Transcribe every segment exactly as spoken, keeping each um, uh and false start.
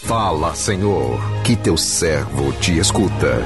Fala, Senhor, que teu servo te escuta.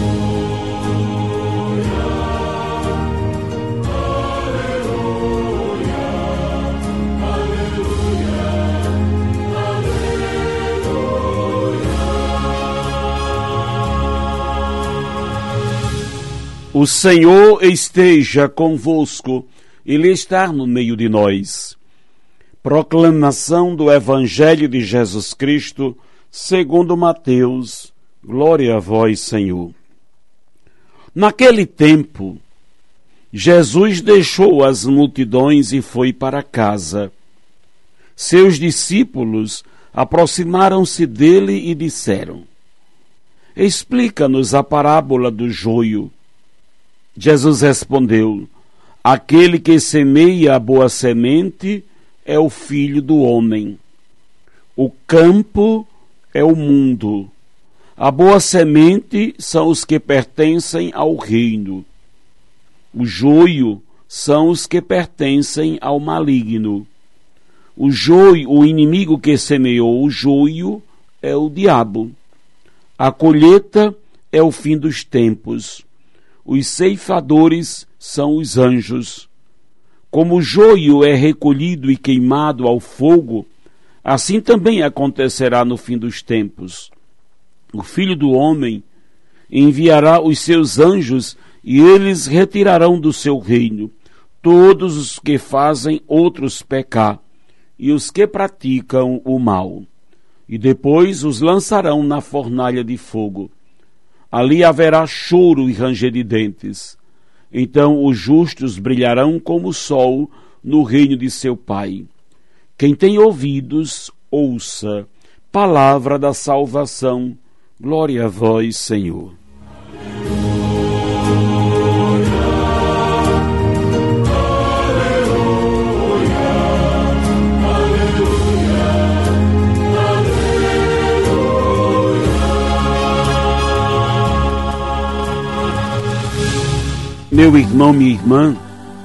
O Senhor esteja convosco, Ele está no meio de nós. Proclamação do Evangelho de Jesus Cristo, segundo Mateus. Glória a vós, Senhor. Naquele tempo, Jesus deixou as multidões e foi para casa. Seus discípulos aproximaram-se dele e disseram: Explica-nos a parábola do joio. Jesus respondeu: Aquele que semeia a boa semente é o Filho do Homem. O campo é o mundo. A boa semente são os que pertencem ao reino. O joio são os que pertencem ao maligno. O joio, o inimigo que semeou o joio é o diabo. A colheita é o fim dos tempos. Os ceifadores são os anjos. Como o joio é recolhido e queimado ao fogo, assim também acontecerá no fim dos tempos. O Filho do Homem enviará os seus anjos e eles retirarão do seu reino todos os que fazem outros pecar e os que praticam o mal. E depois os lançarão na fornalha de fogo. Ali haverá choro e ranger de dentes. Então os justos brilharão como o sol no reino de seu Pai. Quem tem ouvidos, ouça. Palavra da salvação. Glória a vós, Senhor. Meu irmão, minha irmã,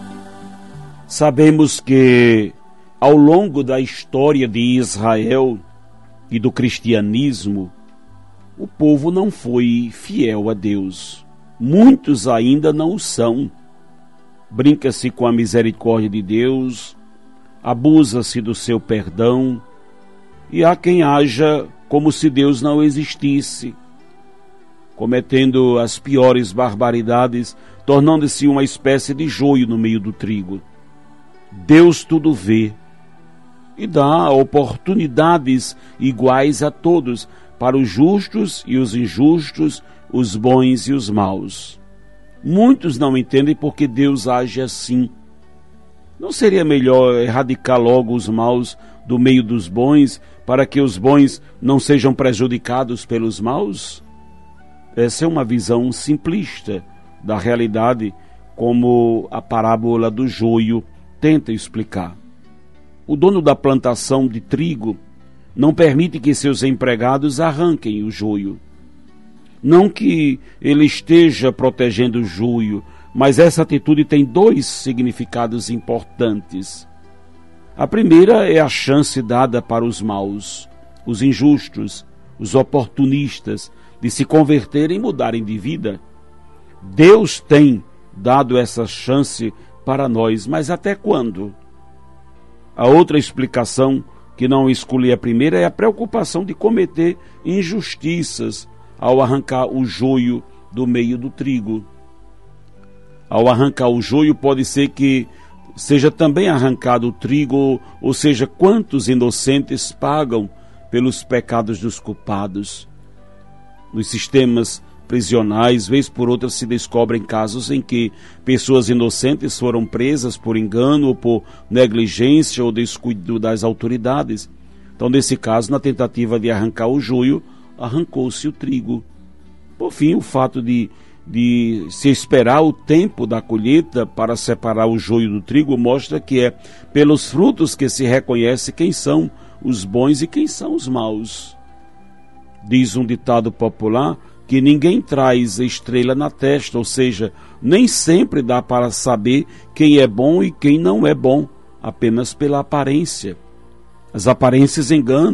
sabemos que ao longo da história de Israel e do cristianismo, o povo não foi fiel a Deus. Muitos ainda não o são. Brinca-se com a misericórdia de Deus, abusa-se do seu perdão, e há quem haja como se Deus não existisse, cometendo as piores barbaridades, tornando-se uma espécie de joio no meio do trigo. Deus tudo vê e dá oportunidades iguais a todos, para os justos e os injustos, os bons e os maus. Muitos não entendem porque Deus age assim. Não seria melhor erradicar logo os maus do meio dos bons, para que os bons não sejam prejudicados pelos maus? Essa é uma visão simplista da realidade, como a parábola do joio tenta explicar. O dono da plantação de trigo não permite que seus empregados arranquem o joio. Não que ele esteja protegendo o joio, mas essa atitude tem dois significados importantes. A primeira é a chance dada para os maus, os injustos, os oportunistas, de se converterem e mudarem de vida. Deus tem dado essa chance para nós, mas até quando? A outra explicação, que não escolhi a primeira, é a preocupação de cometer injustiças ao arrancar o joio do meio do trigo. Ao arrancar o joio, pode ser que seja também arrancado o trigo, ou seja, quantos inocentes pagam pelos pecados dos culpados. Nos sistemas prisionais, vez por outra se descobrem casos em que pessoas inocentes foram presas por engano ou por negligência ou descuido das autoridades. Então, nesse caso, na tentativa de arrancar o joio, arrancou-se o trigo. Por fim, o fato de, de se esperar o tempo da colheita para separar o joio do trigo mostra que é pelos frutos que se reconhece quem são os bons e quem são os maus. Diz um ditado popular que ninguém traz estrela na testa, ou seja, nem sempre dá para saber quem é bom e quem não é bom, apenas pela aparência. As aparências enganam,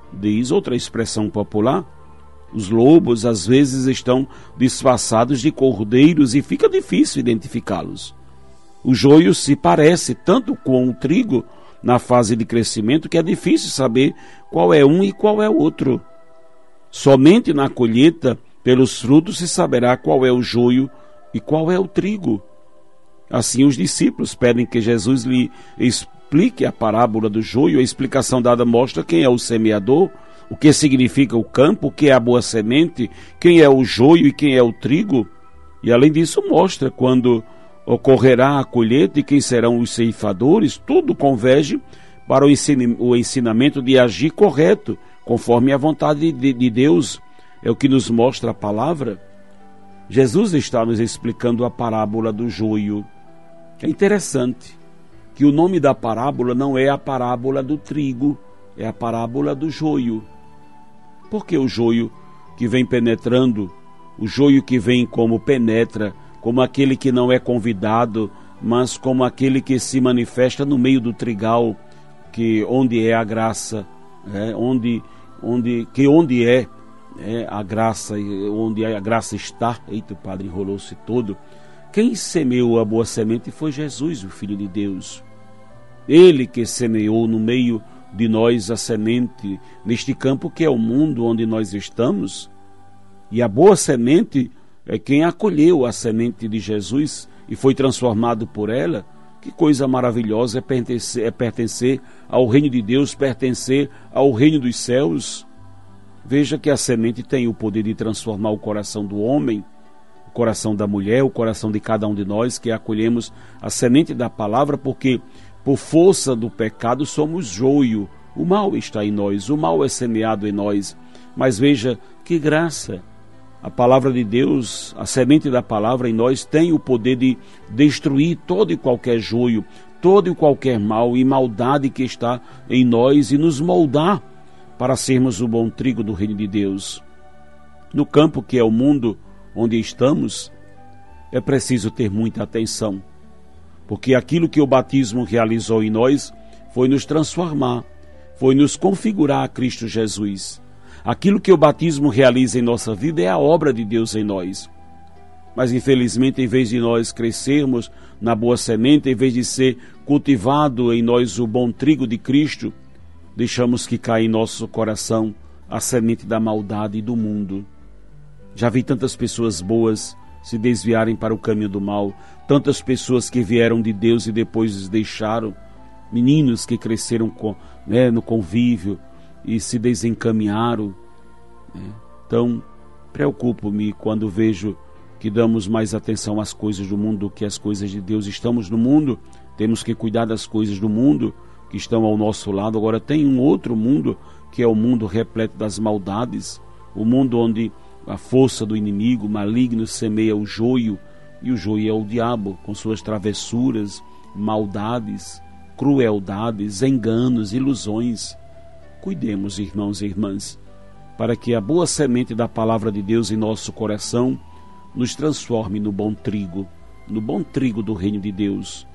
diz outra expressão popular. Os lobos às vezes estão disfarçados de cordeiros e fica difícil identificá-los. O joio se parece tanto com o trigo na fase de crescimento que é difícil saber qual é um e qual é o outro. Somente na colheita, pelos frutos, se saberá qual é o joio e qual é o trigo. Assim, os discípulos pedem que Jesus lhe explique a parábola do joio. A explicação dada mostra quem é o semeador, o que significa o campo, o que é a boa semente, quem é o joio e quem é o trigo. E além disso mostra quando ocorrerá a colheita e quem serão os ceifadores. Tudo converge para o ensinamento de agir correto, conforme a vontade de, de Deus. É o que nos mostra a palavra. Jesus está nos explicando a parábola do joio. É interessante que o nome da parábola não é a parábola do trigo, é a parábola do joio. Porque o joio que vem penetrando, o joio que vem como penetra, como aquele que não é convidado, mas como aquele que se manifesta no meio do trigal, que onde é a graça, é, onde, onde, que onde é, é a graça, onde a graça está. Eita, o padre enrolou-se todo. Quem semeou a boa semente foi Jesus, o Filho de Deus. Ele que semeou no meio de nós a semente, neste campo que é o mundo onde nós estamos. E a boa semente é quem acolheu a semente de Jesus e foi transformado por ela. Que coisa maravilhosa é pertencer, é pertencer ao reino de Deus, pertencer ao reino dos céus. Veja que a semente tem o poder de transformar o coração do homem, o coração da mulher, o coração de cada um de nós que acolhemos a semente da palavra, porque por força do pecado somos joio. O mal está em nós, o mal é semeado em nós. Mas veja que graça! A palavra de Deus, a semente da palavra em nós tem o poder de destruir todo e qualquer joio, todo e qualquer mal e maldade que está em nós e nos moldar para sermos o bom trigo do reino de Deus. No campo que é o mundo onde estamos, é preciso ter muita atenção, porque aquilo que o batismo realizou em nós foi nos transformar, foi nos configurar a Cristo Jesus. Aquilo que o batismo realiza em nossa vida é a obra de Deus em nós. Mas infelizmente, em vez de nós crescermos na boa semente, em vez de ser cultivado em nós o bom trigo de Cristo, deixamos que caia em nosso coração a semente da maldade e do mundo. Já vi tantas pessoas boas se desviarem para o caminho do mal, tantas pessoas que vieram de Deus e depois os deixaram, meninos que cresceram com, né, no convívio e se desencaminharam. Né? Então, preocupo-me quando vejo que damos mais atenção às coisas do mundo do que às coisas de Deus. Estamos no mundo, temos que cuidar das coisas do mundo que estão ao nosso lado. Agora tem um outro mundo, que é o mundo repleto das maldades, o mundo onde a força do inimigo maligno semeia o joio, e o joio é o diabo, com suas travessuras, maldades, crueldades, enganos, ilusões. Cuidemos, irmãos e irmãs, para que a boa semente da palavra de Deus em nosso coração nos transforme no bom trigo, no bom trigo do reino de Deus.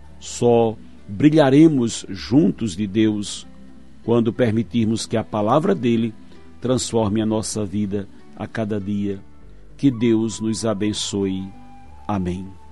Só brilharemos juntos de Deus quando permitirmos que a palavra dele transforme a nossa vida a cada dia. Que Deus nos abençoe. Amém.